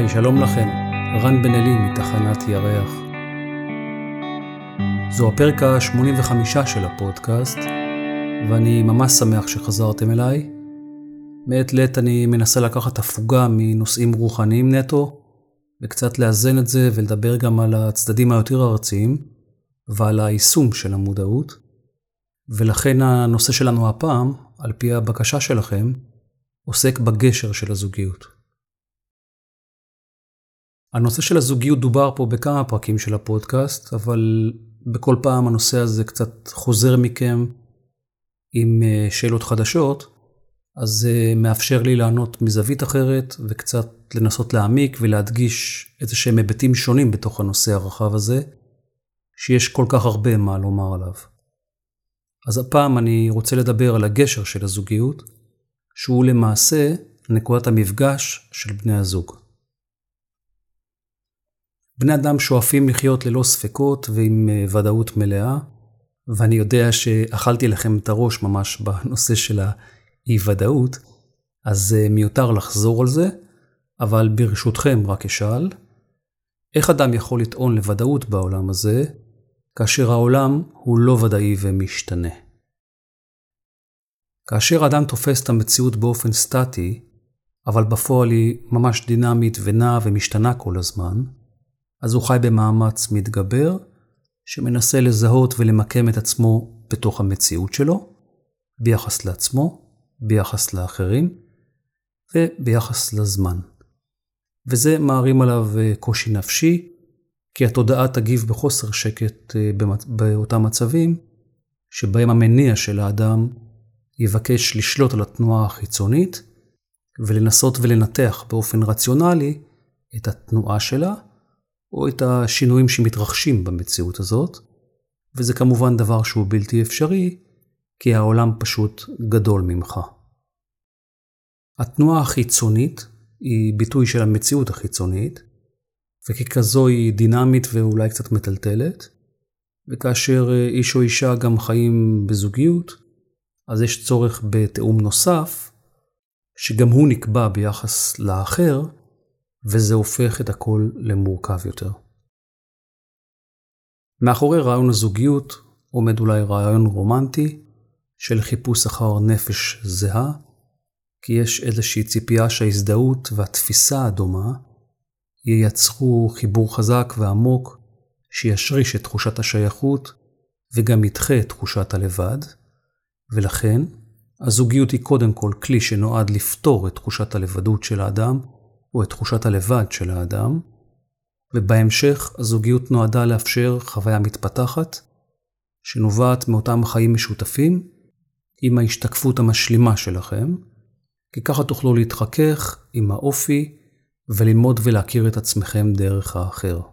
היי, שלום לכם, רן בן אלי מתחנת ירח. זו הפרק ה-85 של הפודקאסט, ואני ממש שמח שחזרתם אליי. מעת לעת אני מנסה לקחת הפוגה מנושאים רוחניים נטו, וקצת לאזן את זה ולדבר גם על הצדדים היותר ארציים, ועל היישום של המודעות. ולכן הנושא שלנו הפעם, על פי הבקשה שלכם, עוסק בגשר של הזוגיות. הנושא של הזוגיות דובר פה בכמה פרקים של הפודקאסט, אבל בכל פעם הנושא הזה קצת חוזר מכם עם שאלות חדשות, אז זה מאפשר לי לענות מזווית אחרת וקצת לנסות להעמיק ולהדגיש איזה שהם היבטים שונים בתוך הנושא הרחב הזה, שיש כל כך הרבה מה לומר עליו. אז הפעם אני רוצה לדבר על הגשר של הזוגיות, שהוא למעשה נקודת המפגש של בני הזוג. בני אדם שואפים לחיות ללא ספקות ועם ודאות מלאה, ואני יודע שאכלתי לכם את הראש ממש בנושא של האי-ודאות, אז מיותר לחזור על זה, אבל ברשותכם רק אשאל, איך אדם יכול לטעון לוודאות בעולם הזה, כאשר העולם הוא לא ודאי ומשתנה? כאשר אדם תופס את המציאות באופן סטטי, אבל בפועל היא ממש דינמית ונעה ומשתנה כל הזמן, אז הוא חי במאמץ מתגבר, שמנסה לזהות ולמקם את עצמו בתוך המציאות שלו, ביחס לעצמו, ביחס לאחרים, וביחס לזמן. וזה מערים עליו קושי נפשי, כי התודעה תגיב בחוסר שקט באותם מצבים, שבהם המניע של האדם יבקש לשלוט על התנועה החיצונית, ולנסות ולנתח באופן רציונלי את התנועה שלה, או את השינויים שמתרחשים במציאות הזאת, וזה כמובן דבר שהוא בלתי אפשרי, כי העולם פשוט גדול ממך. התנועה החיצונית היא ביטוי של המציאות החיצונית, וככזו היא דינמית ואולי קצת מטלטלת, וכאשר איש או אישה גם חיים בזוגיות, אז יש צורך בתאום נוסף, שגם הוא נקבע ביחס לאחר, וזה הופך את הכל למורכב יותר. מאחורי רעיון הזוגיות עומד אולי רעיון רומנטי של חיפוש אחר נפש זהה, כי יש איזושהי ציפייה שההזדהות והתפיסה הדומה ייצרו חיבור חזק ועמוק שישריש את תחושת השייכות וגם ידחה את תחושת הלבד, ולכן הזוגיות היא קודם כל כלי שנועד לפתור את תחושת הלבדות של האדם, או את תחושת הלבד של האדם, ובהמשך הזוגיות נועדה לאפשר חוויה מתפתחת, שנובעת מאותם חיים משותפים, עם ההשתקפות המשלימה שלכם, כי ככה תוכלו להתחכך עם האופי, וללמוד ולהכיר את עצמכם דרך האחר.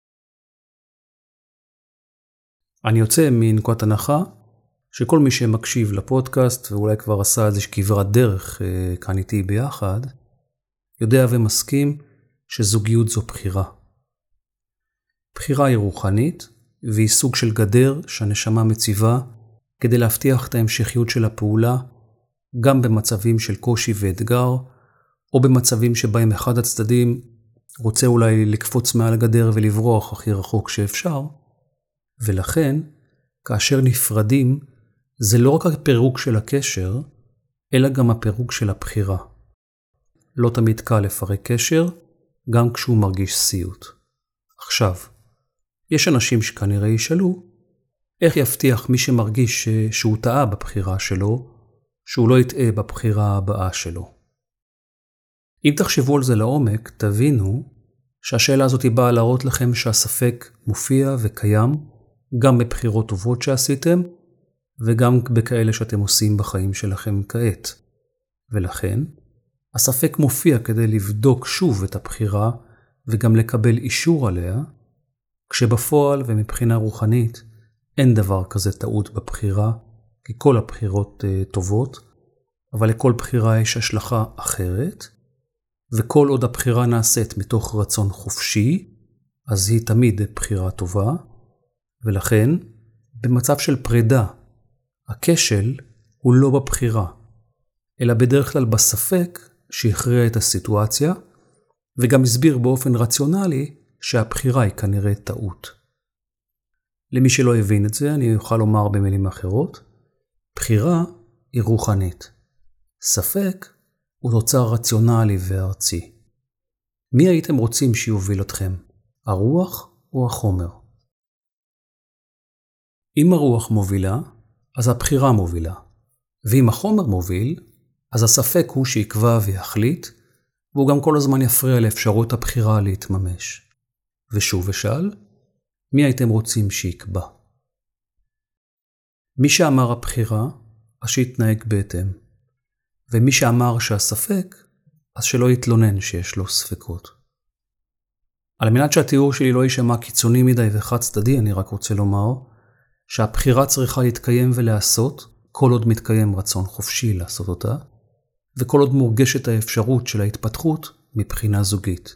אני יוצא מנקודת הנחה, שכל מי שמקשיב לפודקאסט, ואולי כבר עשה איזושהי כברת דרך כאן איתי ביחד, יודע ומסכים שזוגיות זו בחירה. בחירה היא רוחנית, והיא סוג של גדר שהנשמה מציבה כדי להבטיח את ההמשכיות של הפעולה, גם במצבים של קושי ואתגר, או במצבים שבהם אחד הצדדים רוצה אולי לקפוץ מעל הגדר ולברוח הכי רחוק שאפשר, ולכן, כאשר נפרדים, זה לא רק הפירוק של הקשר, אלא גם הפירוק של הבחירה. לא תמיד קל לפרק קשר, גם כשהוא מרגיש סיוט. עכשיו, יש אנשים שכנראה ישאלו, איך יבטיח מי שמרגיש שהוא טעה בבחירה שלו, שהוא לא יטעה בבחירה הבאה שלו? אם תחשבו על זה לעומק, תבינו שהשאלה הזאת היא באה להראות לכם שהספק מופיע וקיים, גם בבחירות טובות שעשיתם, וגם בכאלה שאתם עושים בחיים שלכם כעת. ולכן, הספק מופיע כדי לבדוק שוב את הבחירה וגם לקבל אישור עליה, כשבפועל ומבחינה רוחנית אין דבר כזה טעות בבחירה, כי כל הבחירות טובות, אבל לכל בחירה יש השלכה אחרת, וכל עוד הבחירה נעשית מתוך רצון חופשי, אז היא תמיד בחירה טובה, ולכן במצב של פרידה, הכשל הוא לא בבחירה, אלא בדרך כלל בספק שהכריע את הסיטואציה, וגם הסביר באופן רציונלי שהבחירה היא כנראה טעות. למי שלא הבין את זה, אני אוכל לומר במילים אחרות, בחירה היא רוחנית. ספק הוא תוצר רציונלי וארצי. מי הייתם רוצים שיוביל אתכם? הרוח או החומר? אם הרוח מובילה, אז הבחירה מובילה. ואם החומר מוביל, אז הספק הוא שיקבע ויחליט, והוא גם כל הזמן יפריע לאפשרות הבחירה להתממש. ושוב ושאל, מי הייתם רוצים שיקבע? מי שאמר הבחירה, אז שיתנהג בהתאם. ומי שאמר שהספק, אז שלא יתלונן שיש לו ספקות. על מנת שהתיאור שלי לא יישמע קיצוני מדי וחד צדדי, אני רק רוצה לומר שהבחירה צריכה להתקיים ולעשות, כל עוד מתקיים רצון חופשי לעשות אותה, וכל עוד מורגשת האפשרות של ההתפתחות מבחינה זוגית.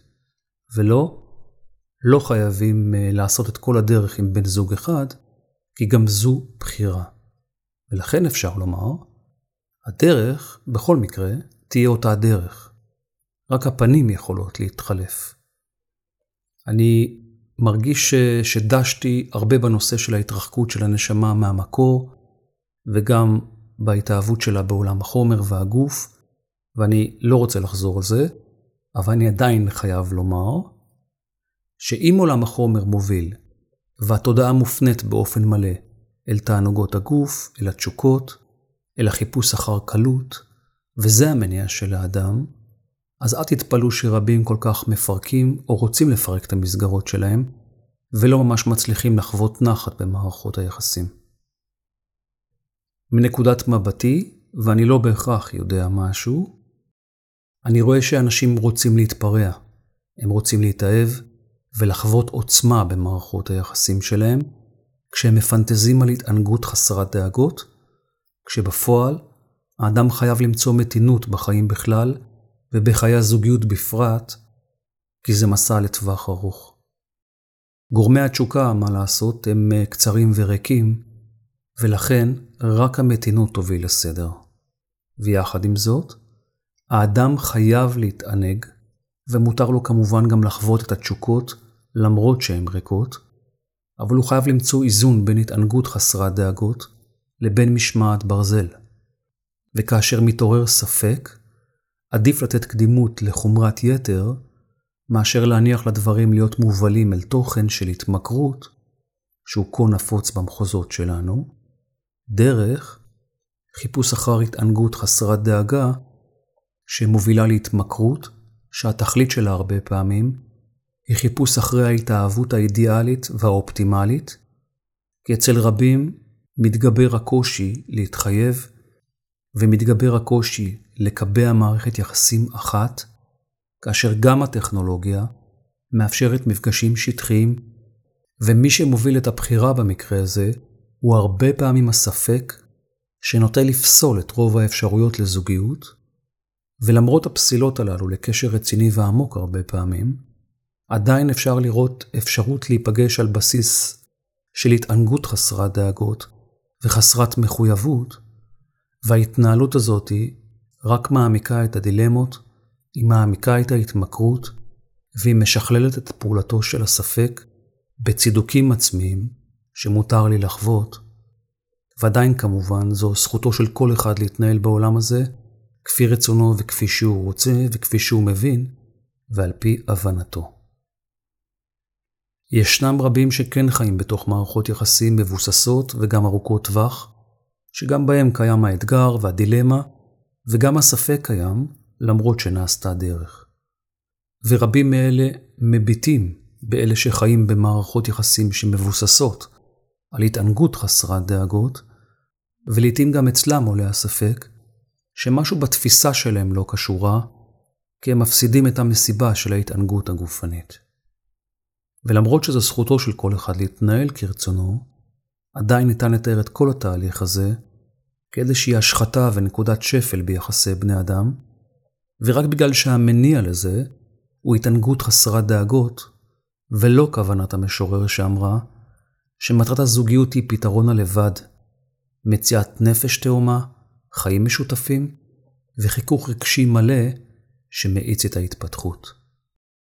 לא חייבים לעשות את כל הדרך עם בן זוג אחד, כי גם זו בחירה. ולכן אפשר לומר, הדרך, בכל מקרה, תהיה אותה הדרך. רק הפנים יכולות להתחלף. אני מרגיש שדשתי הרבה בנושא של ההתרחקות של הנשמה מהמקור, וגם בהתאהבות שלה בעולם החומר והגוף, ואני לא רוצה לחזור על זה, אבל אני עדיין חייב לומר, שאם עולם החומר מוביל, והתודעה מופנית באופן מלא אל תענוגות הגוף, אל התשוקות, אל החיפוש אחר קלות, וזה המניע של האדם, אז אל תתפלו שרבים כל כך מפרקים או רוצים לפרק את המסגרות שלהם, ולא ממש מצליחים לחוות נחת במערכות היחסים. מנקודת מבטי, ואני לא בהכרח יודע משהו, אני רואה שאנשים רוצים להתפרע, הם רוצים להתאהב ולחוות עוצמה במערכות היחסים שלהם, כשהם מפנטזים על התענגות חסרת דאגות, כשבפועל האדם חייב למצוא מתינות בחיים בכלל, ובחיי הזוגיות בפרט, כי זה מסע לטווח ארוך. גורמי התשוקה, מה לעשות, הם קצרים וריקים, ולכן רק המתינות תוביל לסדר. ויחד עם זאת, האדם חייב להתענג, ומותר לו כמובן גם לחוות את התשוקות, למרות שהן ריקות, אבל הוא חייב למצוא איזון בין התענגות חסרת דאגות, לבין משמעת ברזל. וכאשר מתעורר ספק, עדיף לתת קדימות לחומרת יתר, מאשר להניח לדברים להיות מובלים אל תוכן של התמכרות, שהוא כה נפוץ במחוזות שלנו, דרך חיפוש אחר התענגות חסרת דאגה, שמובילה להתמכרות, שהתכלית שלה הרבה פעמים, היא חיפוש אחרי ההתאהבות האידיאלית והאופטימלית, כי אצל רבים מתגבר הקושי להתחייב, ומתגבר הקושי לקבע מערכת יחסים אחת, כאשר גם הטכנולוגיה מאפשרת מפגשים שטחיים, ומי שמוביל את הבחירה במקרה הזה, הוא הרבה פעמים הספק שנוטה לפסול את רוב האפשרויות לזוגיות, ולמרות הפסילות הללו לקשר רציני ועמוק הרבה פעמים, עדיין אפשר לראות אפשרות להיפגש על בסיס של התענגות חסרת דאגות וחסרת מחויבות, וההתנהלות הזאת רק מעמיקה את הדילמות, היא מעמיקה את ההתמכרות, והיא משכללת את פעולתו של הספק בצידוקים עצמיים שמותר לי לחוות, ועדיין כמובן זו זכותו של כל אחד להתנהל בעולם הזה, כפי רצונו וכפי שהוא רוצה וכפי שהוא מבין, ועל פי הבנתו. ישנם רבים שכן חיים בתוך מערכות יחסים מבוססות וגם ארוכות טווח, שגם בהם קיים האתגר והדילמה, וגם הספק קיים, למרות שנעשתה דרך. ורבים מאלה מביטים באלה שחיים במערכות יחסים שמבוססות על התענגות חסרת דאגות, ולעיתים גם אצלם עולה הספק, שמשהו בתפיסה שלהם לא קשורה, כי הם מפסידים את המסיבה של ההתענגות הגופנית. ולמרות שזו זכותו של כל אחד להתנהל כרצונו, עדיין ניתן לתאר את כל התהליך הזה כאיזושהי השחתה ונקודת שפל ביחסי בני אדם, ורק בגלל שהמניע לזה הוא התענגות חסרת דאגות, ולא כוונת המשורר שאמרה שמטרת הזוגיות היא פתרון הלבד, מציאת נפש תאומה, חיים משותפים וחיכוך רגשי מלא שמאיץ את ההתפתחות.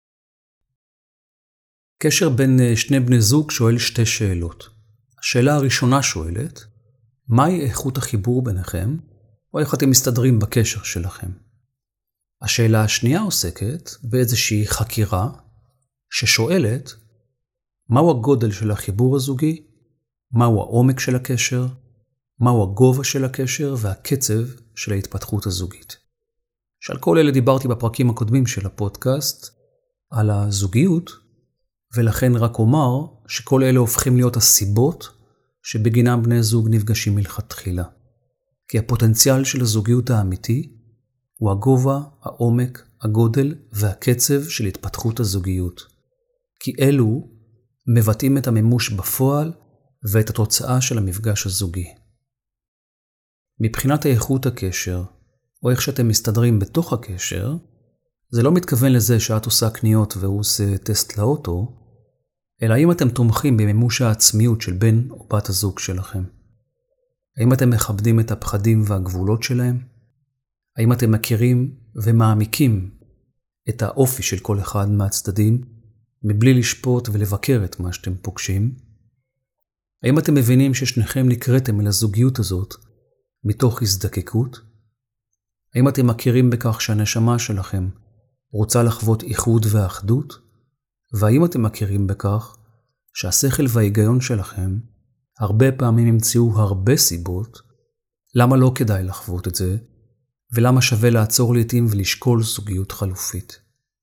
קשר בין שני בני זוג שואל שתי שאלות. השאלה הראשונה שואלת, מהי איכות החיבור ביניכם, או איך אתם מסתדרים בקשר שלכם? השאלה השנייה עוסקת באיזושהי חקירה ששואלת, מהו הגודל של החיבור הזוגי, מהו העומק של הקשר, מהו הגובה של הקשר והקצב של ההתפתחות הזוגית. שעל כל אלה דיברתי בפרקים הקודמים של הפודקאסט על הזוגיות, ולכן רק אומר שכל אלה הופכים להיות הסיבות שבגינם בני זוג נפגשים מלכתחילה. כי הפוטנציאל של הזוגיות האמיתי הוא הגובה, העומק, הגודל והקצב של התפתחות הזוגיות. כי אלו מבטאים את המימוש בפועל ואת התוצאה של המפגש הזוגי. מבחינת איכות הקשר, או איך שאתם מסתדרים בתוך הקשר, זה לא מתכוון לזה שאת עושה קניות והוא עושה טסט לאוטו, אלא האם אתם תומכים במימוש העצמיות של בן או בת הזוג שלכם. האם אתם מכבדים את הפחדים והגבולות שלהם? האם אתם מכירים ומעמיקים את האופי של כל אחד מהצדדים, מבלי לשפוט ולבקר את מה שאתם פוגשים? האם אתם מבינים ששניכם נקראתם אל הזוגיות הזאת מתוך הזדקקות? האם אתם מכירים בכך שהנשמה שלכם רוצה לחוות איחוד ואחדות? והאם אתם מכירים בכך שהשכל וההיגיון שלכם הרבה פעמים ימצאו הרבה סיבות למה לא כדאי לחוות את זה, ולמה שווה לעצור לעתים ולשקול זוגיות חלופית?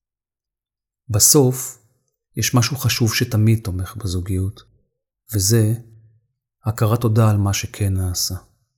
בסוף יש משהו חשוב שתמיד תומך בזוגיות, וזה הכרת תודה על מה שכן נעשה.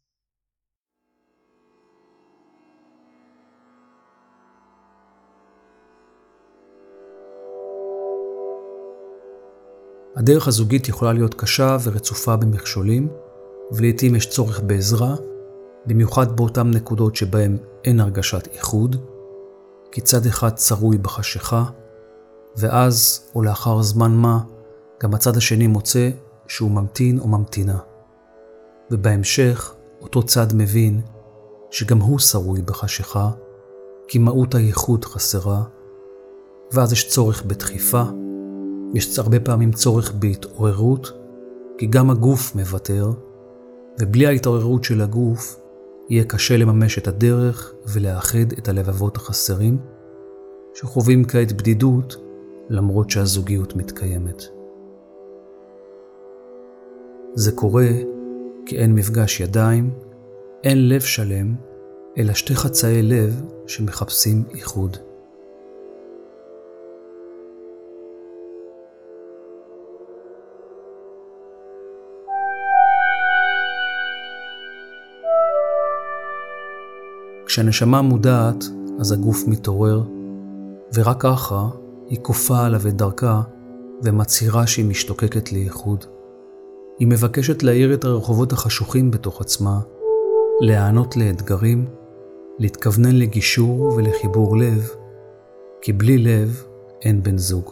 הדרך הזוגית יכולה להיות קשה ורצופה במכשולים, ולעתים יש צורך בעזרה, במיוחד באותן נקודות שבהן אין הרגשת איחוד, כי צד אחד צרוי בחשיכה, ואז או לאחר זמן מה, גם הצד השני מוצא שהוא ממתין או ממתינה. ובהמשך, אותו צד מבין שגם הוא צרוי בחשיכה, כי מהות הייחוד חסרה, ואז יש צורך בדחיפה, יש הרבה פעמים צורך בהתעוררות, כי גם הגוף מוותר, ובלי ההתעוררות של הגוף, יהיה קשה לממש את הדרך ולאחד את הלבבות החסרים, שחווים כעת בדידות למרות שהזוגיות מתקיימת. זה קורה כי אין מפגש ידיים, אין לב שלם, אלא שתי חצאי לב שמחפשים איחוד. כשהנשמה מודעת, אז הגוף מתעורר, ורק ככה היא כופה עליו את דרכה ומצהירה שהיא משתוקקת לאיחוד. היא מבקשת להאיר את הרחובות החשוכים בתוך עצמה, להיענות לאתגרים, להתכוונן לגישור ולחיבור לב, כי בלי לב אין בן זוג.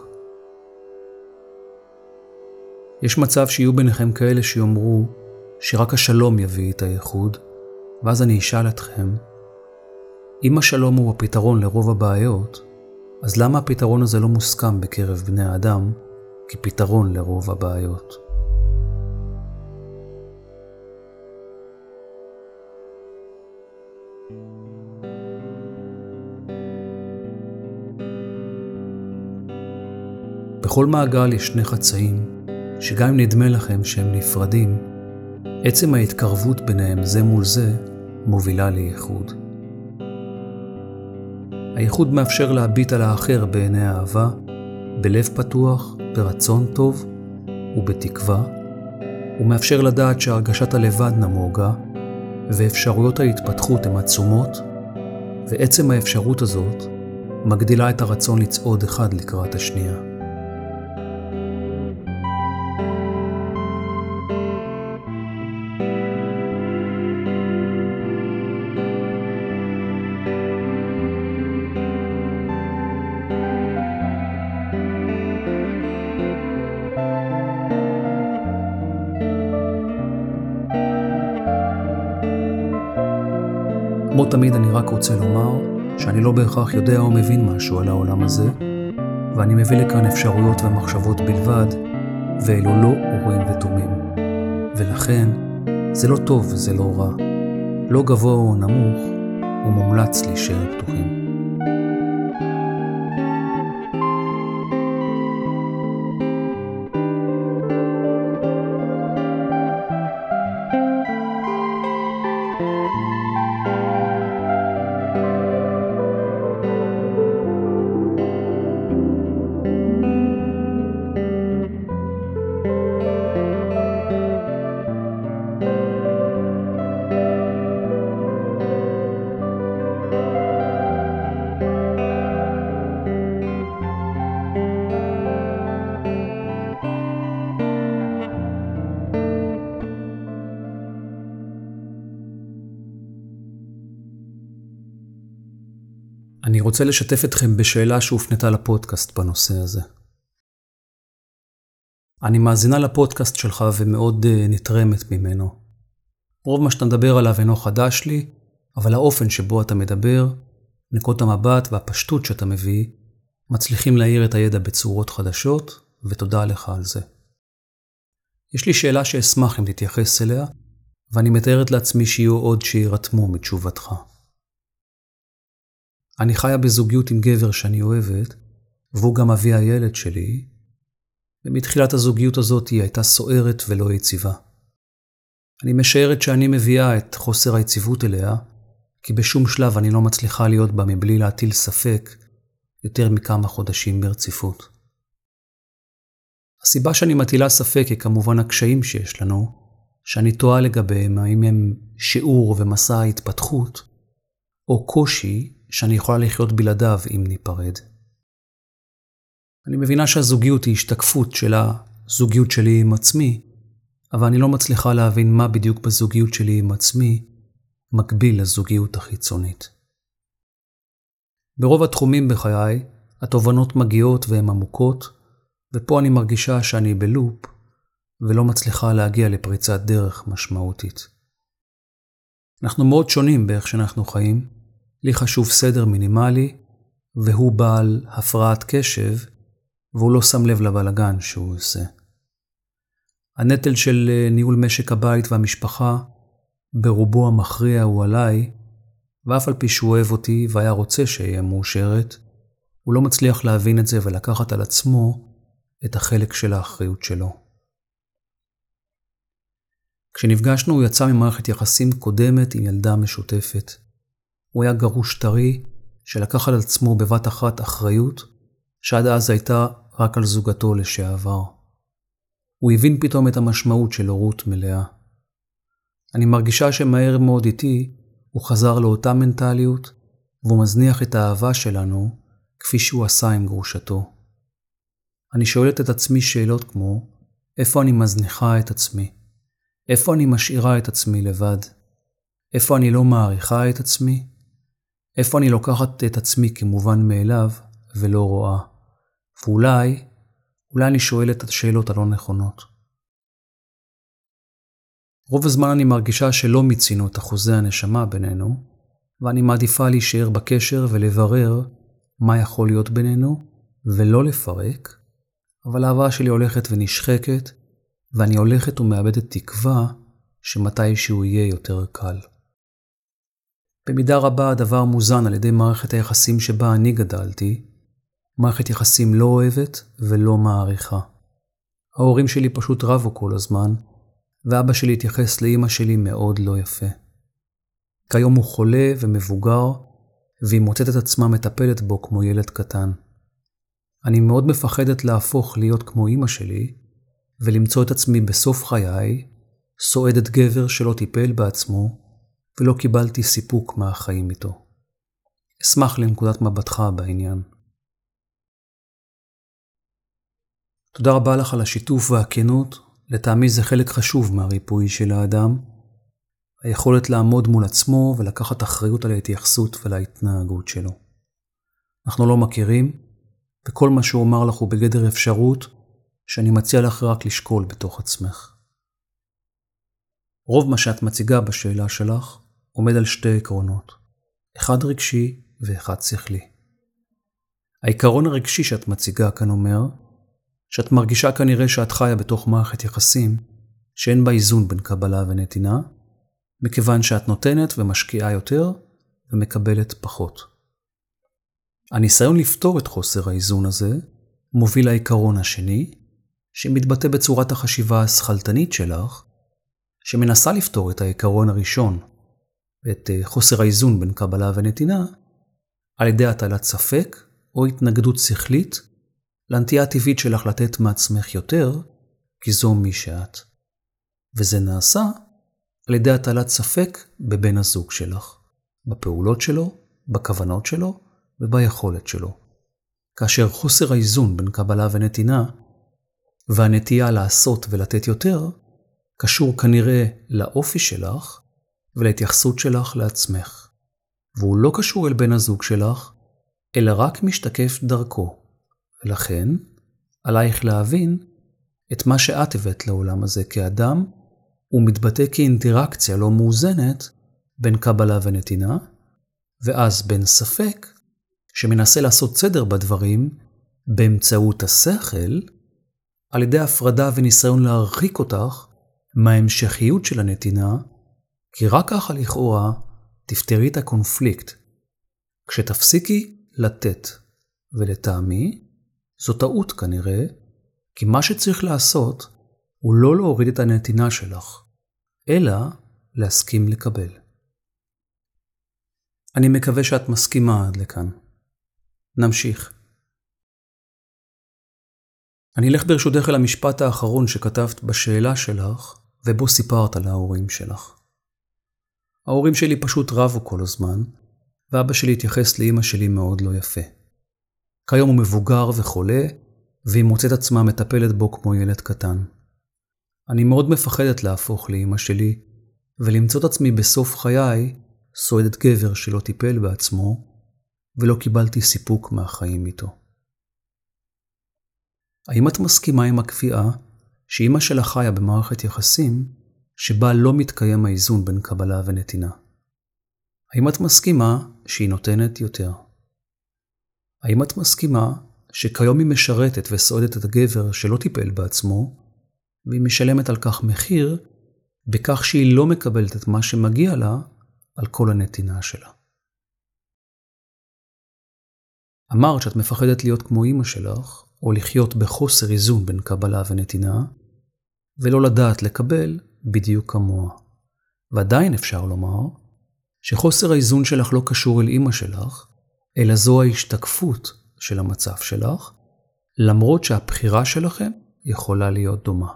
יש מצב שיהיו ביניכם כאלה שיאמרו שרק השלום יביא את האיחוד, ואז אני אשאל אתכם, אם השלום הוא הפתרון לרוב הבעיות, אז למה הפתרון הזה לא מוסכם בקרב בני האדם כפתרון לרוב הבעיות? בכל מעגל יש שני חצאים, שגם אם נדמה לכם שהם נפרדים, עצם ההתקרבות ביניהם זה מול זה מובילה לייחוד. הייחוד מאפשר להביט על האחר בעיני אהבה, בלב פתוח, ברצון טוב ובתקווה. הוא מאפשר לדעת שהרגשת הלבד נמוגה, ואפשרויות ההתפתחות הן עצומות, ועצם האפשרות הזאת מגדילה את הרצון לצעוד אחד לקראת השנייה. כמו תמיד אני רק רוצה לומר שאני לא בהכרח יודע או מבין משהו על העולם הזה, ואני מביא לכאן אפשרויות ומחשבות בלבד, ואלו לא אורים ותומים. ולכן, זה לא טוב וזה לא רע. לא גבוה או נמוך, ומומלץ להישאר פתוחים. אני רוצה לשתף אתכם בשאלה שהופנתה לפודקאסט בנושא הזה. אני מאזינה לפודקאסט שלך ומאוד נתרמת ממנו. רוב מה שאתה מדבר עליו אינו חדש לי, אבל האופן שבו אתה מדבר, נקודות המבט והפשטות שאתה מביא, מצליחים להאיר את הידע בצורות חדשות, ותודה לך על זה. יש לי שאלה שאשמח אם תתייחס אליה, ואני מתארת לעצמי שיהיו עוד שירתמו מתשובתך. אני חיה בזוגיות עם גבר שאני אוהבת, והוא גם אבי הילד שלי, ומתחילת הזוגיות הזאת היא הייתה סוערת ולא יציבה. אני משערת שאני מביאה את חוסר היציבות אליה, כי בשום שלב אני לא מצליחה להיות בה מבלי להטיל ספק יותר מכמה חודשים ברציפות. הסיבה שאני מטילה ספק היא כמובן הקשיים שיש לנו, שאני תוהה לגביהם האם הם שיעור ומסע ההתפתחות, או קושי שאני יכולה לחיות בלעדיו אם ניפרד. אני מבינה שהזוגיות היא השתקפות של הזוגיות שלי עם עצמי, אבל אני לא מצליחה להבין מה בדיוק בזוגיות שלי עם עצמי מקביל לזוגיות החיצונית. ברוב התחומים בחיי, התובנות מגיעות והן עמוקות, ופה אני מרגישה שאני בלופ, ולא מצליחה להגיע לפריצת דרך משמעותית. אנחנו מאוד שונים באיך שאנחנו חיים, לי חשוב סדר מינימלי, והוא בעל הפרעת קשב, והוא לא שם לב לבלגן שהוא עושה. הנטל של ניהול משק הבית והמשפחה, ברובו המכריע הוא עליי, ואף על פי שהוא אוהב אותי והיה רוצה שיהיה מאושרת, הוא לא מצליח להבין את זה ולקחת על עצמו את החלק של האחריות שלו. כשנפגשנו הוא יצא ממערכת יחסים קודמת עם ילדה משותפת. הוא היה גרוש טרי שלקח על עצמו בבת אחת אחריות שעד אז הייתה רק על זוגתו לשעבר. הוא הבין פתאום את המשמעות של הורות מלאה. אני מרגישה שמהר מאוד איתי הוא חזר לאותה מנטליות והוא מזניח את האהבה שלנו כפי שהוא עשה עם גרושתו. אני שואלת את עצמי שאלות כמו איפה אני מזניחה את עצמי? איפה אני משאירה את עצמי לבד? איפה אני לא מעריכה את עצמי? איפה אני לוקחת את עצמי כמובן מאליו ולא רואה? ואולי אני שואל את השאלות הלא נכונות. רוב הזמן אני מרגישה שלא מיצינו את אחוזי הנשמה בינינו, ואני מעדיפה להישאר בקשר ולברר מה יכול להיות בינינו ולא לפרק, אבל האהבה שלי הולכת ונשחקת, ואני הולכת ומאבדת תקווה שמתישהו יהיה יותר קל. במידה רבה הדבר מוזן על ידי מערכת היחסים שבה אני גדלתי, מערכת יחסים לא אוהבת ולא מעריכה. ההורים שלי פשוט רבו כל הזמן, ואבא שלי התייחס לאמא שלי מאוד לא יפה. כיום הוא חולה ומבוגר, והיא מוצאת את עצמה מטפלת בו כמו ילד קטן. אני מאוד מפחדת להפוך להיות כמו אמא שלי, ולמצוא את עצמי בסוף חיי, סועדת גבר שלא טיפל בעצמו, ולא קיבלתי סיפוק מהחיים איתו. אשמח לנקודת מבטך בעניין. תודה רבה לך על השיתוף והכנות, לטעמי זה חלק חשוב מהריפוי של האדם, היכולת לעמוד מול עצמו ולקחת אחריות על ההתייחסות ולהתנהגות שלו. אנחנו לא מכירים, וכל מה שהוא אומר לך הוא בגדר אפשרות, שאני מציע לך רק לשקול בתוך עצמך. רוב מה שאת מציגה בשאלה שלך עומד על שתי עקרונות, אחד רגשי ואחד שכלי. העיקרון הרגשי שאת מציגה כאן אומר, שאת מרגישה כנראה שאת חיה בתוך מערכת יחסים שאין בה איזון בין קבלה ונתינה, מכיוון שאת נותנת ומשקיעה יותר ומקבלת פחות. הניסיון לפתור את חוסר האיזון הזה מוביל לעיקרון השני, שמתבטא בצורת החשיבה השכלתנית שלך, שמנסה לפתור את העיקרון הראשון, את חוסר האיזון בין קבלה ונתינה, על ידי הטלת ספק או התנגדות שכלית לנטייה הטבעית שלך לתת מעצמך יותר, כי זו מי שאת. וזה נעשה על ידי הטלת ספק בבן הזוג שלך, בפעולות שלו, בכוונות שלו וביכולת שלו. כאשר חוסר האיזון בין קבלה ונתינה, והנטייה לעשות ולתת יותר, קשור כנראה לאופי שלך ולהתייחסות שלך לעצמך. והוא לא קשור אל בן הזוג שלך, אלא רק משתקף דרכו. ולכן, עלייך להבין את מה שאת הבאת לעולם הזה כאדם, הוא מתבטא כאינטראקציה לא מאוזנת בין קבלה ונתינה, ואז בין ספק, שמנסה לעשות סדר בדברים באמצעות השכל, על ידי הפרדה וניסיון להרחיק אותך מההמשכיות של הנתינה, כי רק ככה לכאורה תפתרי את הקונפליקט. כשתפסיקי לתת, ולטעמי, זו טעות כנראה, כי מה שצריך לעשות הוא לא להוריד את הנתינה שלך, אלא להסכים לקבל. אני מקווה שאת מסכימה עד לכאן. נמשיך. אני אלך ברשותך אל המשפט האחרון שכתבת בשאלה שלך, ובו סיפרת על ההורים שלך. ההורים שלי פשוט רבו כל הזמן, ואבא שלי התייחס לאמא שלי מאוד לא יפה. כיום הוא מבוגר וחולה, והיא מוצאת עצמה מטפלת בו כמו ילד קטן. אני מאוד מפחדת להפוך לאמא שלי, ולמצוא את עצמי בסוף חיי סועדת גבר שלא טיפל בעצמו, ולא קיבלתי סיפוק מהחיים איתו. האם את מסכימה עם הקביעה שאמא שלה חיה במערכת יחסים שבה לא מתקיים האיזון בין קבלה ונתינה? האם את מסכימה שהיא נותנת יותר? האם את מסכימה שכיום היא משרתת וסועדת את הגבר שלא טיפל בעצמו, והיא משלמת על כך מחיר, בכך שהיא לא מקבלת את מה שמגיע לה על כל הנתינה שלה? אמרת שאת מפחדת להיות כמו אמא שלך, או לחיות בחוסר איזון בין קבלה ונתינה, ולא לדעת לקבל בדיוק כמוה. ועדיין אפשר לומר שחוסר האיזון שלך לא קשור אל אמא שלך, אלא זו ההשתקפות של המצב שלך, למרות שהבחירה שלכם יכולה להיות דומה.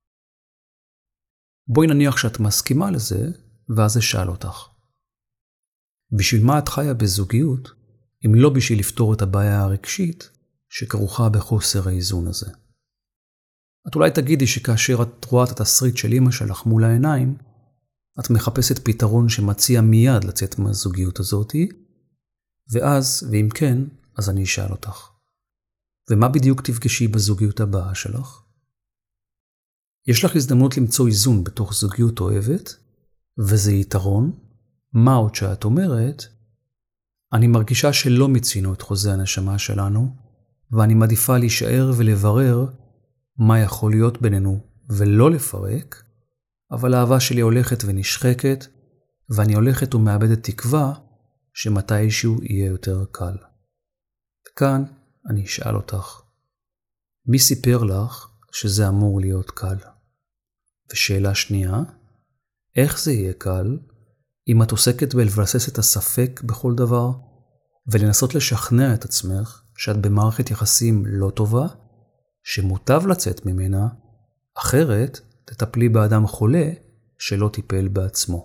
בואי נניח שאת מסכימה לזה, ואז אשאל אותך. בשביל מה את חיה בזוגיות, אם לא בשביל לפתור את הבעיה הרגשית שכרוכה בחוסר האיזון הזה? את אולי תגידי שכאשר את רואה את התסריט של אמא שלך מול העיניים, את מחפשת פתרון שמציע מיד לצאת מהזוגיות הזאת, ואז, ואם כן, אז אני אשאל אותך. ומה בדיוק תפגשי בזוגיות הבאה שלך? יש לך הזדמנות למצוא איזון בתוך זוגיות אוהבת, וזה יתרון. מה עוד שאת אומרת? אני מרגישה שלא מצינו את חוזה הנשמה שלנו, ואני מעדיפה להישאר ולברר מה יכול להיות בינינו ולא לפרק, אבל האהבה שלי הולכת ונשחקת, ואני הולכת ומאבדת תקווה שמתישהו יהיה יותר קל. וכאן אני אשאל אותך, מי סיפר לך שזה אמור להיות קל? ושאלה שנייה, איך זה יהיה קל אם את עוסקת בלבסס את הספק בכל דבר, ולנסות לשכנע את עצמך שאת במערכת יחסים לא טובה, שמוטב לצאת ממנה, אחרת תטפלי באדם חולה שלא טיפל בעצמו.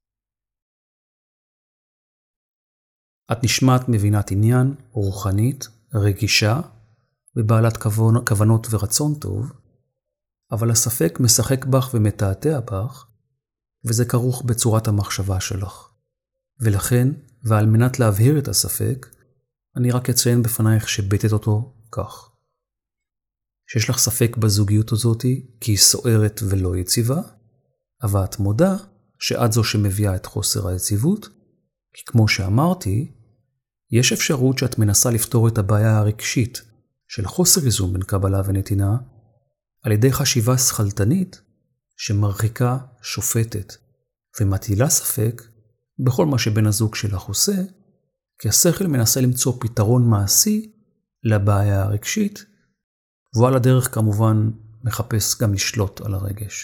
את נשמעת מבינת עניין, רוחנית, רגישה, ובעלת כוונות ורצון טוב, אבל הספק משחק בך ומתעתע בך, וזה כרוך בצורת המחשבה שלך. ולכן, ועל מנת להבהיר את הספק, אני רק אציין בפנייך שביטאת אותו כך. שיש לך ספק בזוגיות הזאת כי היא סוערת ולא יציבה, אבל את מודה שאת זו שמביאה את חוסר היציבות, כי כמו שאמרתי, יש אפשרות שאת מנסה לפתור את הבעיה הרגשית של חוסר איזון בין קבלה ונתינה על ידי חשיבה שכלתנית שמרחיקה, שופטת ומטילה ספק בכל מה שבן הזוג שלך עושה, כי השכל מנסה למצוא פתרון מעשי לבעיה הרגשית, ועל הדרך כמובן מחפש גם לשלוט על הרגש.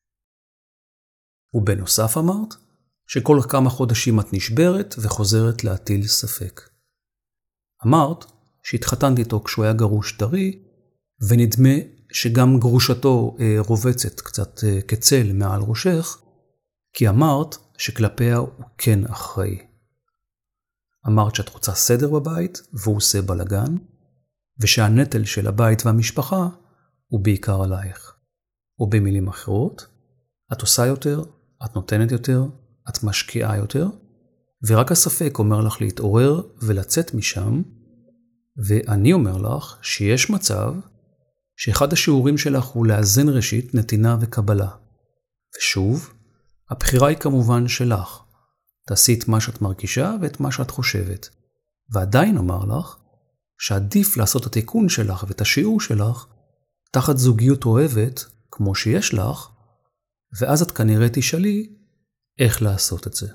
ובנוסף אמרת שכל כמה חודשים את נשברת וחוזרת להטיל ספק. אמרת שהתחתנת איתו כשהוא היה גרוש טרי, ונדמה שגם גרושתו רובצת קצת כצל מעל ראשך, כי אמרת שכלפיה הוא כן אחראי. אמרת שאת רוצה סדר בבית והוא עושה בלגן, ושהנטל של הבית והמשפחה הוא בעיקר עלייך. או במילים אחרות, את עושה יותר, את נותנת יותר, את משקיעה יותר, ורק הספק אומר לך להתעורר ולצאת משם, ואני אומר לך שיש מצב שאחד השיעורים שלך הוא לאזן ראשית נתינה וקבלה. ושוב, הבחירה היא כמובן שלך. תעשי את מה שאת מרגישה ואת מה שאת חושבת. ועדיין אומר לך שעדיף לעשות את התיקון שלך ואת השיעור שלך תחת זוגיות אוהבת כמו שיש לך, ואז את כנראה תשאלי איך לעשות את זה.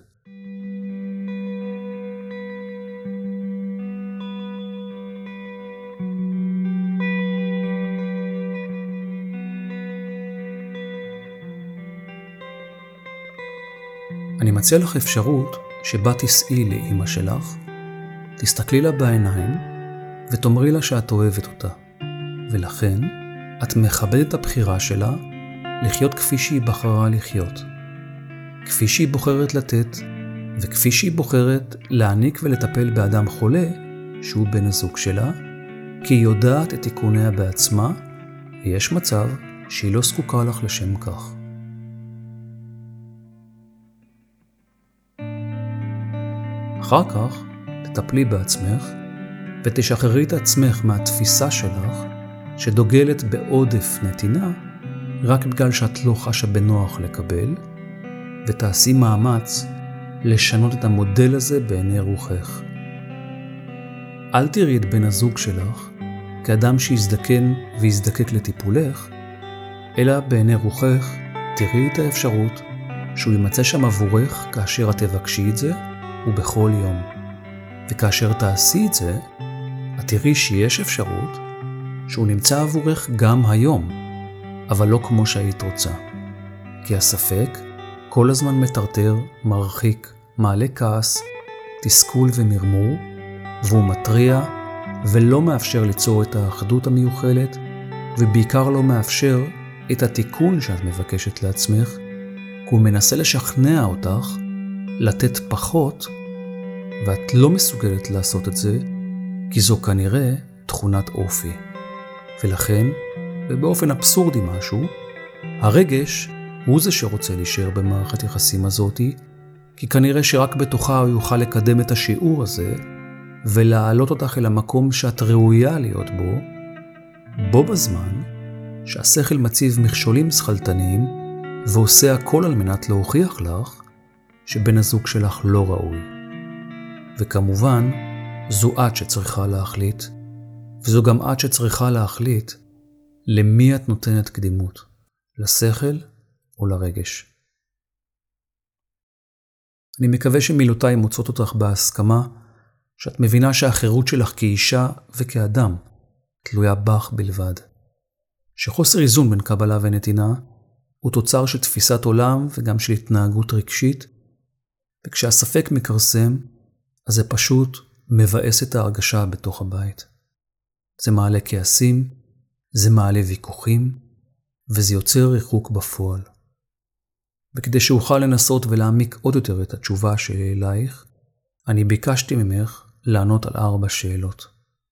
אני מציע לך אפשרות שבה תסעי לאמא שלך, תסתכלי לה בעיניים ותאמרי לה שאת אוהבת אותה. ולכן את מכבדת את הבחירה שלה לחיות כפי שהיא בחרה לחיות. כפי שהיא בוחרת לתת, וכפי שהיא בוחרת להעניק ולטפל באדם חולה שהוא בן הזוג שלה, כי היא יודעת את תיקוניה בעצמה, ויש מצב שהיא לא זקוקה לך לשם כך. אחר כך תטפלי בעצמך ותשחררי את עצמך מהתפיסה שלך שדוגלת בעודף נתינה רק בגלל שאת לא חשה בנוח לקבל, ותעשי מאמץ לשנות את המודל הזה בעיני רוחך. אל תראי את בן הזוג שלך כאדם שיזדקן ויזדקק לטיפולך, אלא בעיני רוחך תראי את האפשרות שהוא יימצא שם עבורך כאשר את תבקשי את זה ובכל יום. וכאשר תעשי את זה, את תראי שיש אפשרות שהוא נמצא עבורך גם היום, אבל לא כמו שהיית רוצה. כי הספק כל הזמן מטרטר, מרחיק, מעלה כעס, תסכול ומרמור, והוא מטריע ולא מאפשר ליצור את האחדות המיוחלת, ובעיקר לא מאפשר את התיקון שאת מבקשת לעצמך, כי הוא מנסה לשכנע אותך לתת פחות, ואת לא מסוגלת לעשות את זה, כי זו כנראה תכונת אופי. ולכן, ובאופן אבסורדי משהו, הרגש הוא זה שרוצה להישאר במערכת יחסים הזאתי, כי כנראה שרק בתוכה הוא יוכל לקדם את השיעור הזה, ולהעלות אותך אל המקום שאת ראויה להיות בו בזמן שהשכל מציב מכשולים שכלתניים, ועושה הכל על מנת להוכיח לך שבן הזוג שלך לא ראוי. וכמובן, זו את שצריכה להחליט, וזו גם את שצריכה להחליט למי את נותנת קדימות, לשכל או לרגש. אני מקווה שמילותיי מוצאות אותך בהסכמה, שאת מבינה שהחירות שלך כאישה וכאדם תלויה בך בלבד. שחוסר איזון בין קבלה ונתינה הוא תוצר של תפיסת עולם וגם של התנהגות רגשית, וכשהספק מקרסם, אז זה פשוט מבאס את ההרגשה בתוך הבית. זה מעלה כעסים, זה מעלה ויכוחים, וזה יוצר ריחוק בפועל. וכדי שאוכל לנסות ולהעמיק עוד יותר את התשובה שלי אלייך, אני ביקשתי ממך לענות על 4 שאלות.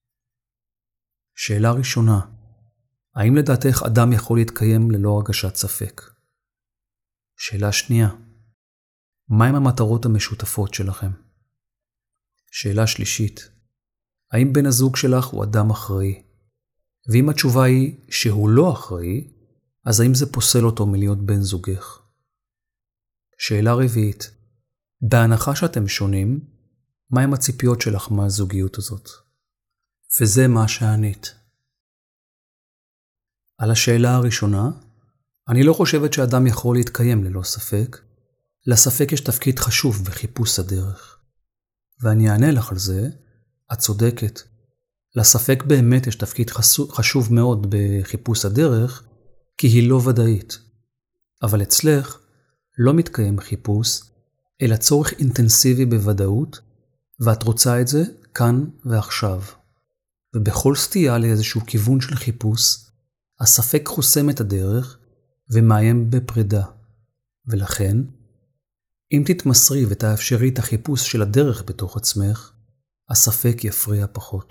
שאלה ראשונה, האם לדעתך אדם יכול להתקיים ללא הרגשת ספק? שאלה שנייה, מהם המטרות המשותפות שלכם? שאלה שלישית, האם בן הזוג שלך הוא אדם אחראי? ואם התשובה היא שהוא לא אחראי, אז האם זה פוסל אותו מלהיות בן זוגך? שאלה רביעית, בהנחה שאתם שונים, מהם הציפיות שלך מהזוגיות הזאת? וזה מה שענית. על השאלה הראשונה, אני לא חושבת שאדם יכול להתקיים ללא ספק. לספק יש תפקיד חשוב בחיפוש הדרך. ואני אענה לך על זה, את צודקת. לספק באמת יש תפקיד חשוב מאוד בחיפוש הדרך, כי היא לא ודאית. אבל אצלך לא מתקיים חיפוש, אלא צורך אינטנסיבי בוודאות, ואת רוצה את זה כאן ועכשיו. ובכל סטייה לאיזשהו כיוון של חיפוש, הספק חוסם את הדרך ומאיים בפרידה. ולכן, אם תתמסרי ותאפשרי את החיפוש של הדרך בתוך עצמך, הספק יפריע פחות.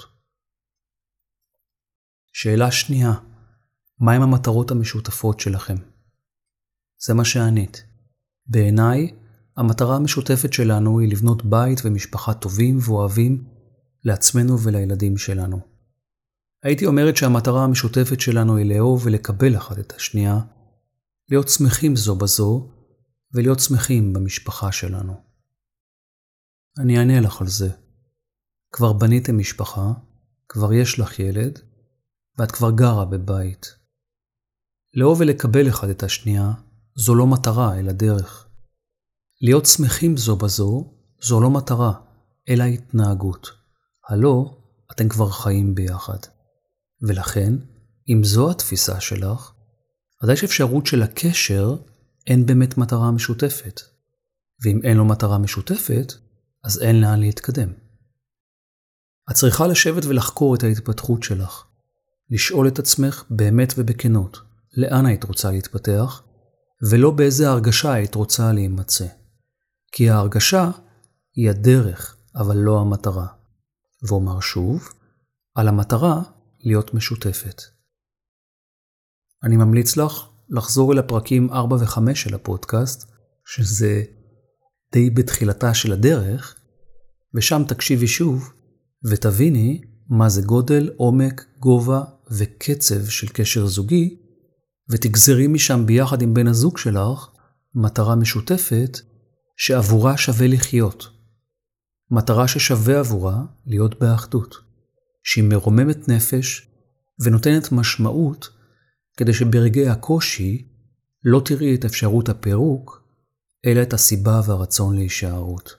שאלה שנייה, מהם המטרות המשותפות שלכם? זה מה שענית. בעיניי, המטרה המשותפת שלנו היא לבנות בית ומשפחה טובים ואוהבים לעצמנו ולילדים שלנו. הייתי אומרת שהמטרה המשותפת שלנו היא לאהוב ולקבל אחד את השנייה, להיות שמחים זו בזו ולהיות שמחים במשפחה שלנו. אני אענה לך על זה. כבר בניתם משפחה, כבר יש לך ילד, ואת כבר גרה בבית. לאהוב ולקבל אחד את השנייה זו לא מטרה אלא דרך. להיות שמחים זו בזו זו לא מטרה אלא התנהגות. הלא, אתם כבר חיים ביחד. ולכן, אם זו התפיסה שלך, אז יש אפשרות שלקשר אין באמת מטרה משותפת. ואם אין לו מטרה משותפת, אז אין לאן להתקדם. את צריכה לשבת ולחקור את ההתפתחות שלך. לשאול את עצמך באמת ובכנות, לאן היית רוצה להתפתח, ולא באיזה הרגשה היית רוצה להימצא. כי ההרגשה היא הדרך, אבל לא המטרה. ואומר שוב, על המטרה להיות משותפת. אני ממליץ לך לחזור אל הפרקים 4 ו-5 של הפודקאסט, שזה די בתחילתה של הדרך, ושם תקשיבי שוב ותביני מה זה גודל, עומק, גובה וקצב של קשר זוגי, ותגזרי משם ביחד עם בן הזוג שלך מטרה משותפת שעבורה שווה לחיות. מטרה ששווה עבורה להיות באחדות, שהיא מרוממת נפש ונותנת משמעות כדי שברגעי הקושי לא תראי את אפשרות הפירוק, אלא את הסיבה והרצון להישארות.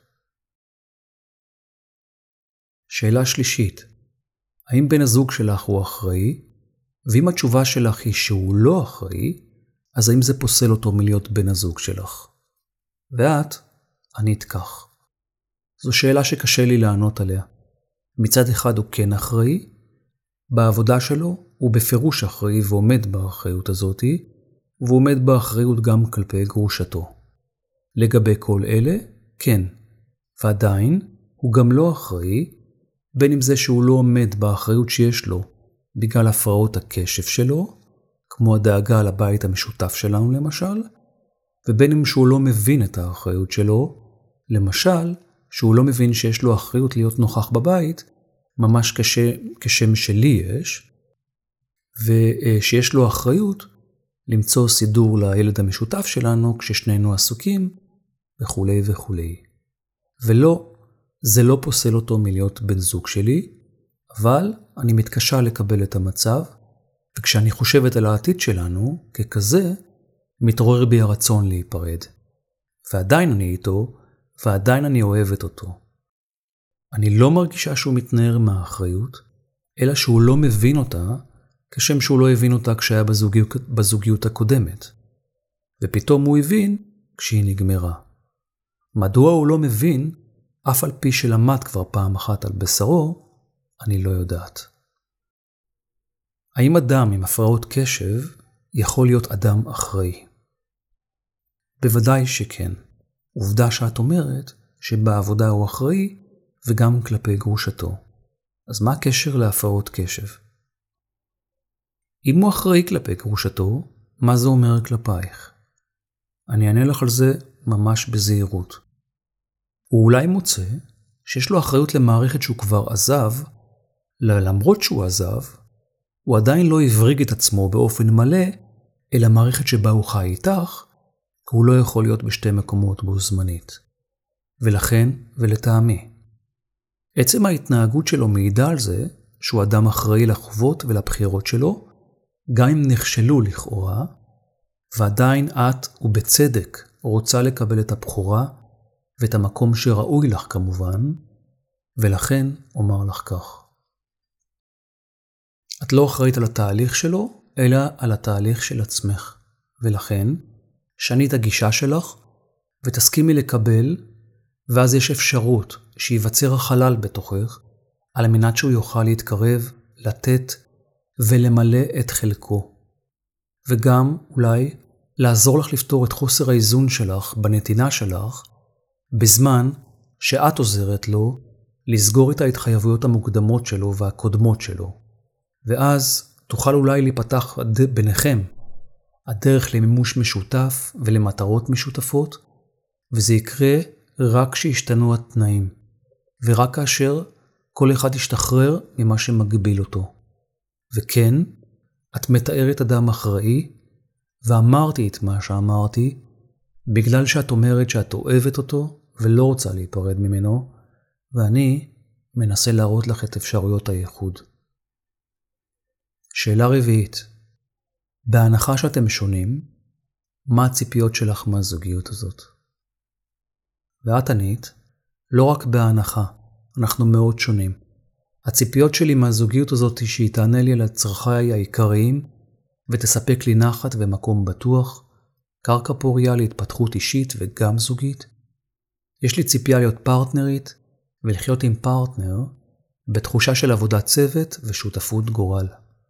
שאלה שלישית, האם בן הזוג שלך הוא אחראי? ואם התשובה שלך היא שהוא לא אחראי, אז האם זה פוסל אותו מלהיות בן הזוג שלך? ואת, ענית כך. זו שאלה שקשה לי לענות עליה. מצד אחד הוא כן אחראי, בעבודה שלו הוא בפירוש אחראי ועומד באחריות הזאת, והוא עומד באחריות גם כלפי גרושתו. לגבי כל אלה, כן, ועדיין הוא גם לא אחראי, בין אם זה שהוא לא עומד באחריות שיש לו בגלל הפרעות הקשב שלו, כמו הדאגה לבית המשותף שלנו למשל, ובין אם שהוא לא מבין את האחריות שלו, למשל, שהוא לא מבין שיש לו אחריות להיות נוכח בבית, ממש כשם שלי יש, ושיש לו אחריות למצוא סידור לילד המשותף שלנו כששנינו עסוקים, וכו' וכו'. ולא, זה לא פוסל אותו מלהיות בן זוג שלי, אבל אני מתקשה לקבל את המצב, וכשאני חושבת על העתיד שלנו, ככזה, מתעורר בי הרצון להיפרד. ועדיין אני איתו, ועדיין אני אוהבת אותו. אני לא מרגישה שהוא מתנער מהאחריות, אלא שהוא לא מבין אותה, כשם שהוא לא הבין אותה כשהיה בזוגיות הקודמת. ופתאום הוא הבין כשהיא נגמרה. מדוע הוא לא מבין, אף על פי שלמד כבר פעם אחת על בשרו, אני לא יודעת. האם אדם עם הפרעות קשב יכול להיות אדם אחראי? בוודאי שכן. עובדה שאת אומרת שבעבודה הוא אחראי וגם כלפי גרושתו. אז מה הקשר להפרעות קשב? אם הוא אחראי כלפי גרושתו, מה זה אומר כלפייך? אני אענה לך על זה ממש בזהירות. הוא אולי מוצא שיש לו אחריות למערכת שהוא כבר עזב, למרות שהוא עזב, הוא עדיין לא הבריג את עצמו באופן מלא אל המערכת שבה הוא חי איתך, כי הוא לא יכול להיות בשתי מקומות בו זמנית. ולכן, ולטעמי, עצם ההתנהגות שלו מעידה על זה שהוא אדם אחראי לחובות ולבחירות שלו, גם אם נכשלו לכאורה, ועדיין את, ובצדק, רוצה לקבל את הבכורה ואת המקום שראוי לך כמובן, ולכן אומר לך כך. את לא אחראית על התהליך שלו, אלא על התהליך של עצמך. ולכן, שני את הגישה שלך ותסכימי לקבל, ואז יש אפשרות שיווצר החלל בתוכך, על מנת שהוא יוכל להתקרב, לתת ולמלא את חלקו. וגם אולי לעזור לך לפתור את חוסר האיזון שלך בנתינה שלך, בזמן שאת עוזרת לו לסגור את ההתחייבויות המוקדמות שלו והקודמות שלו. ואז תוכל אולי להיפתח ביניכם הדרך למימוש משותף ולמטרות משותפות, וזה יקרה רק כשישתנו התנאים, ורק כאשר כל אחד ישתחרר ממה שמגביל אותו. וכן, את מתארת אדם אחראי, ואמרתי את מה שאמרתי, בגלל שאת אומרת שאת אוהבת אותו ולא רוצה להיפרד ממנו, ואני מנסה להראות לך את אפשרויות הייחוד. שאלה רביעית, בהנחה שאתם שונים, מה הציפיות שלך מהזוגיות הזאת? ואת ענית, לא רק בהנחה, אנחנו מאוד שונים. הציפיות שלי מהזוגיות הזאת היא שהיא תענה לי על הצרכיי העיקריים, ותספק לי נחת ומקום בטוח, קרקע פוריה להתפתחות אישית וגם זוגית. יש לי ציפייה להיות פרטנרית, ולחיות עם פרטנר, בתחושה של עבודת צוות ושותפות גורל.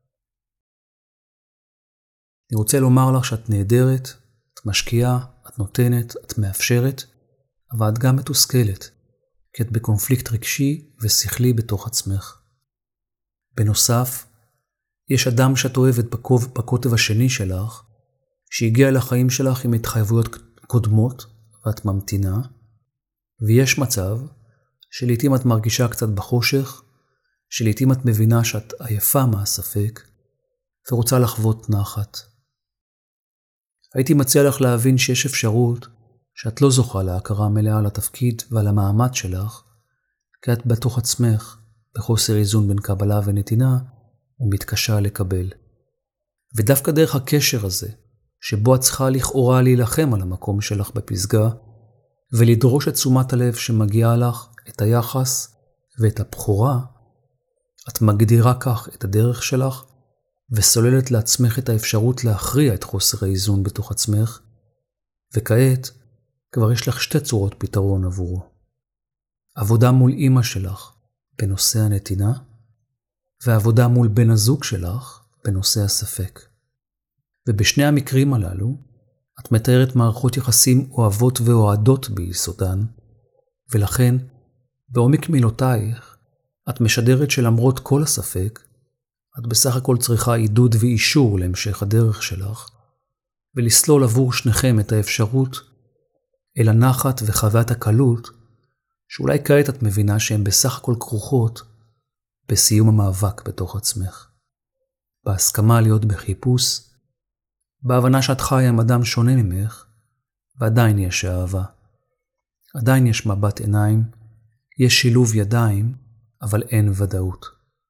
אני רוצה לומר לך שאת נהדרת, את משקיעה, את נותנת, את מאפשרת, אבל את גם מתוסכלת, כי את בקונפליקט רגשי ושכלי בתוך עצמך. בנוסף, יש אדם שאת אוהבת בקוטב השני שלך, שהגיע לחיים שלך עם התחייבויות קודמות, ואת ממתינה, ויש מצב שלעיתים את מרגישה קצת בחושך, שלעיתים את מבינה שאת עייפה מהספק, ורוצה לחוות נחת. הייתי מציע לך להבין שיש אפשרות שאת לא זוכה להכרה מלאה לתפקיד ועל המעמד שלך, כי את בתוך עצמך, בחוסר איזון בין קבלה ונתינה, ומתקשה לקבל. ודווקא דרך הקשר הזה, שבו את צריכה לכאורה להילחם על המקום שלך בפסגה, ולדרוש את תשומת הלב שמגיעה לך, את היחס ואת הבכורה, את מגדירה כך את הדרך שלך, וסוללת לעצמך את האפשרות להכריע את חוסר האיזון בתוך עצמך, וכעת כבר יש לך שתי צורות פתרון עבורו. עבודה מול אמא שלך בנושא הנתינה, ועבודה מול בן הזוג שלך בנושא הספק. ובשני המקרים הללו, את מתארת מערכות יחסים אוהבות ואוהדות ביסודן, ולכן, בעומק מילותייך, את משדרת שלמרות כל הספק, את בסך הכל צריכה עידוד ואישור להמשך הדרך שלך, ולסלול עבור שניכם את האפשרות אל הנחת וחוות הקלות, שאולי כעת את מבינה שהן בסך הכל כרוכות בסיום המאבק בתוך עצמך. בהסכמה להיות בחיפוש, בהבנה שאת חיה עם אדם שונה ממך, ועדיין יש אהבה. עדיין יש מבט עיניים, יש שילוב ידיים, אבל אין ודאות.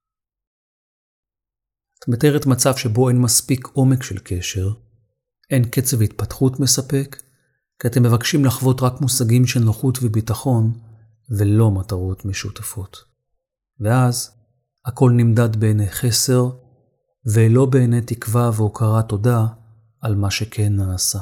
את מתארת מצב שבו אין מספיק עומק של קשר, אין קצב התפתחות מספק, כי אתם מבקשים לחוות רק מושגים של נוחות וביטחון, ולא מטרות משותפות. ואז הכל נמדד בעיני חסר, ולא בעיני תקווה והוקרת תודה על מה שכן נעשה.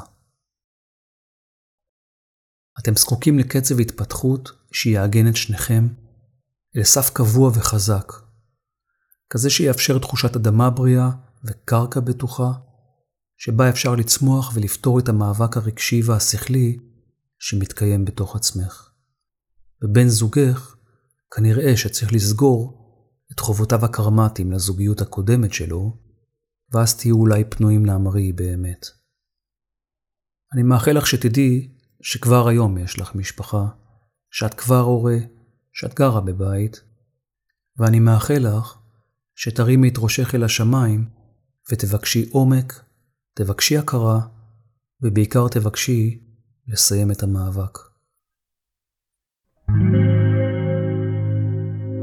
אתם זקוקים לקצב התפתחות שיעגן את שניכם אל סף קבוע וחזק, כזה שיאפשר תחושת אדמה בריאה וקרקע בטוחה, שבה אפשר לצמוח ולפתור את המאבק הרגשי והשכלי שמתקיים בתוך עצמך. ובן זוגך כנראה שצריך לסגור את חובותיו הקרמטיים לזוגיות הקודמת שלו, ואז תהיו אולי פנויים להמריא באמת. אני מאחל לך שתדעי שכבר היום יש לך משפחה, שאת כבר הורה, שאת גרה בבית, ואני מאחל לך שתרימי את ראשך אל השמיים ותבקשי עומק, תבקשי הכרה, ובעיקר תבקשי לסיים את המאבק.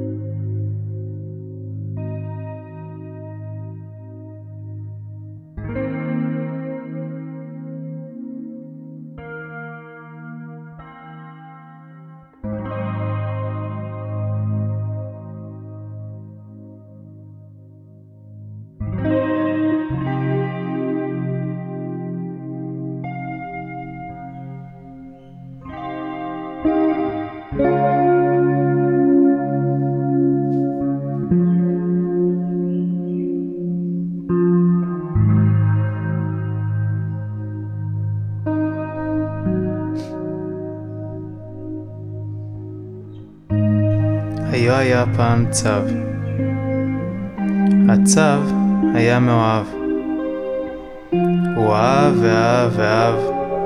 היה היה פעם צב. הצב היה מאוהב. הוא אהב ואהב ואהב,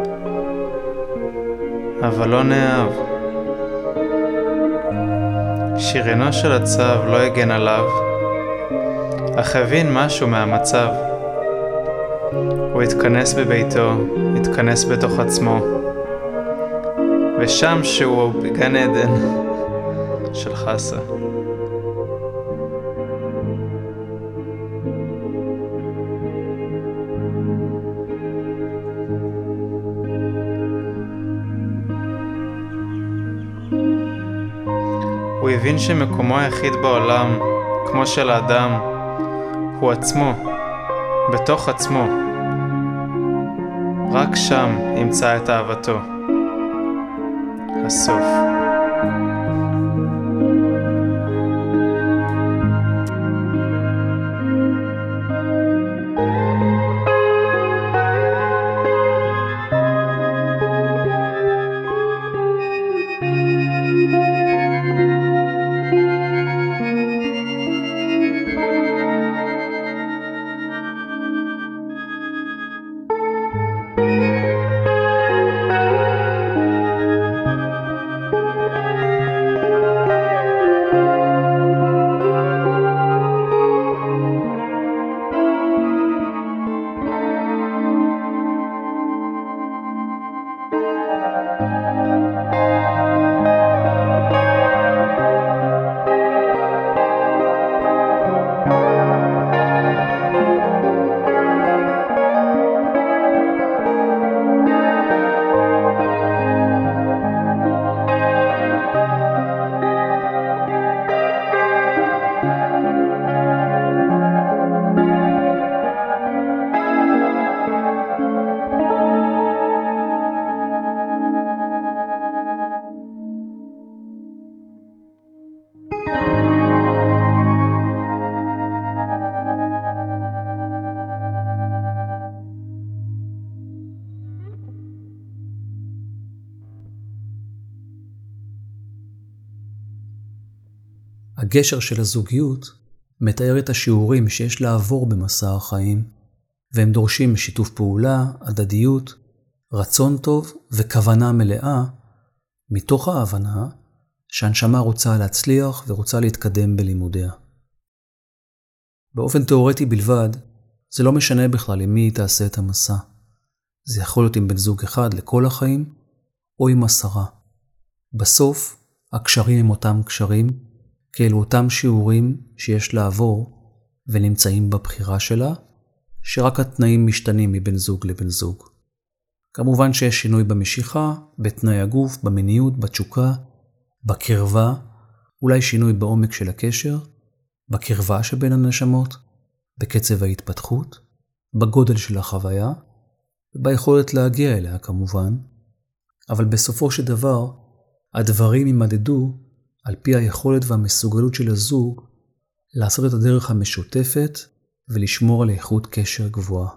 אבל לא נאהב. שרינו של הצב לא הגן עליו, אך הבין משהו מהמצב. הוא התכנס בביתו, התכנס בתוך עצמו, ושם שהוא בגן עדן של חסה. הוא הבין שמקומו היחיד בעולם, כמו של האדם, הוא עצמו, בתוך עצמו. רק שם ימצא את אהבתו. הסוף. הגשר של הזוגיות מתאר את השיעורים שיש לעבור במסע החיים, והם דורשים שיתוף פעולה, הדדיות, רצון טוב וכוונה מלאה, מתוך ההבנה שהנשמה רוצה להצליח ורוצה להתקדם בלימודיה. באופן תיאורטי בלבד, זה לא משנה בכלל עם מי היא תעשה את המסע. זה יכול להיות עם בן זוג אחד לכל החיים, או עם 10. בסוף, הקשרים הם אותם קשרים, כאלו אותם שיעורים שיש לעבור ונמצאים בבחירה שלה, שרק התנאים משתנים מבין זוג לבין זוג. כמובן שיש שינוי במשיכה, בתנאי הגוף, במיניות, בתשוקה, בקרבה, אולי שינוי בעומק של הקשר, בקרבה שבין הנשמות, בקצב ההתפתחות, בגודל של החוויה, וביכולת להגיע אליה כמובן, אבל בסופו של דבר, הדברים יימדדו על פי היכולת והמסוגלות של הזוג לעשות את הדרך המשותפת ולשמור על איכות קשר גבוהה.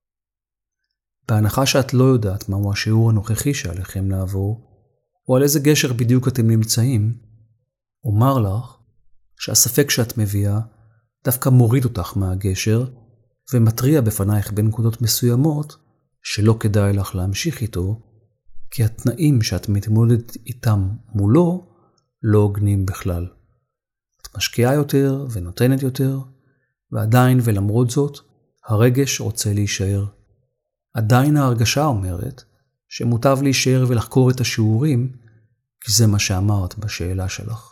בהנחה שאת לא יודעת מהו השיעור הנוכחי שעליכם לעבור, או על איזה גשר בדיוק אתם נמצאים, אומר לך שהספק שאת מביאה דווקא מוריד אותך מהגשר ומטריע בפנייך בנקודות מסוימות שלא כדאי לך להמשיך איתו, כי התנאים שאת מתמודדת איתם מולו לא הוגנים בכלל. את משקיעה יותר ונותנת יותר, ועדיין ולמרות זאת, הרגש רוצה להישאר. עדיין ההרגשה אומרת שמוטב להישאר ולחקור את השיעורים, כי זה מה שאמרת בשאלה שלך.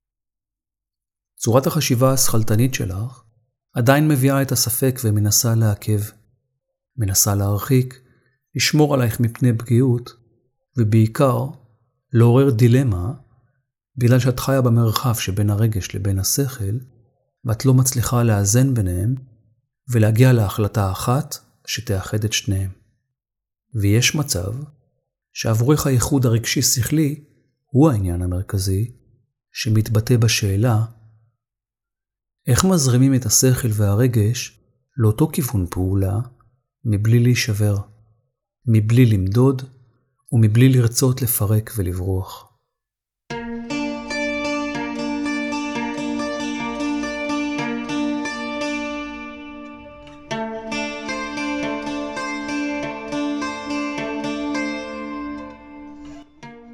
צורת החשיבה הסכלתנית שלך עדיין מביאה את הספק ומנסה לעכב, מנסה להרחיק, לשמור עלייך מפני פגיעות, ובעיקר לעורר דילמה, בגלל שאת חיה במרחב שבין הרגש לבין השכל, ואת לא מצליחה לאזן ביניהם, ולהגיע להחלטה אחת שתאחד את שניהם. ויש מצב שעבורך הייחוד הרגשי-שכלי הוא העניין המרכזי, שמתבטא בשאלה, איך מזרימים את השכל והרגש לאותו כיוון פעולה, מבלי להישבר, מבלי למדוד, ומבלי לרצות לפרק ולברוח.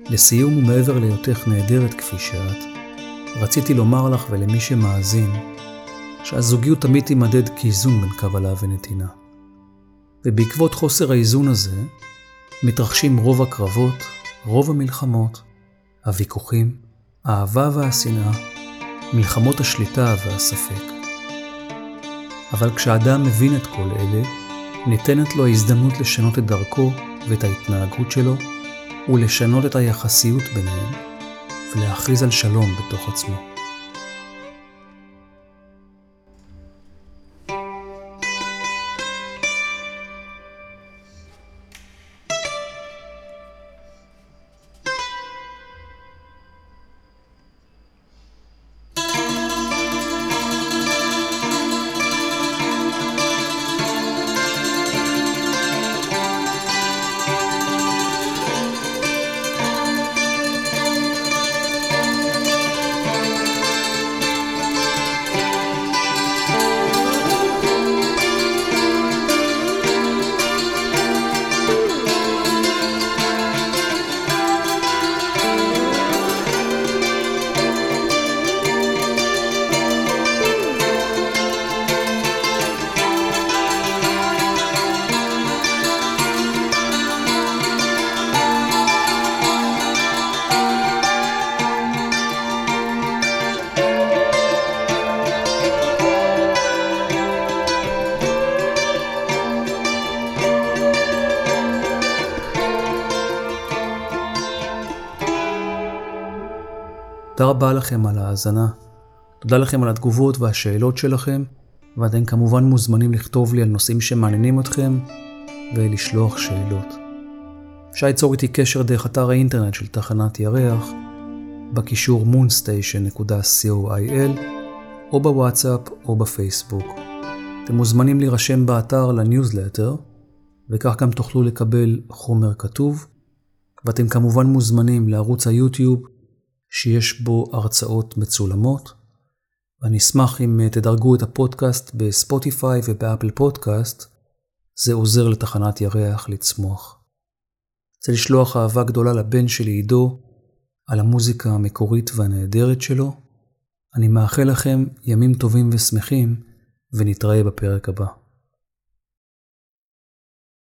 לסיום ומעבר להיותך נהדרת כפי שאת, רציתי לומר לך ולמי שמאזין, שהזוגיות תמיד תימדד כאיזון בין קבלה ונתינה. ובעקבות חוסר האיזון הזה, מתרחשים רוב הקרבות, רוב המלחמות, הוויכוחים, האהבה והשנאה, מלחמות השליטה והספק. אבל כשאדם מבין את כל אלה, ניתנת לו ההזדמנות לשנות את דרכו ואת ההתנהגות שלו, ולשנות את היחסיות ביניהם, ולהכריז על שלום בתוך עצמו. תודה רבה לכם על ההאזנה. תודה לכם על התגובות והשאלות שלכם, ואתם כמובן מוזמנים לכתוב לי על נושאים שמעניינים אתכם ולשלוח שאלות. אפשר ליצור איתי קשר דרך אתר האינטרנט של תחנת ירח, בקישור moonstation.coil, או בוואטסאפ או בפייסבוק. אתם מוזמנים להירשם באתר לניוזלטר, וכך גם תוכלו לקבל חומר כתוב, ואתם כמובן מוזמנים לערוץ היוטיוב, שיש בו הרצאות מצולמות, ואני אשמח אם תדרגו את הפודקאסט בספוטיפיי ובאפל פודקאסט, זה עוזר לתחנת ירח לצמוח. רוצה לשלוח אהבה גדולה לבן שלי עידו, על המוזיקה המקורית והנהדרת שלו. אני מאחל לכם ימים טובים ושמחים, ונתראה בפרק הבא.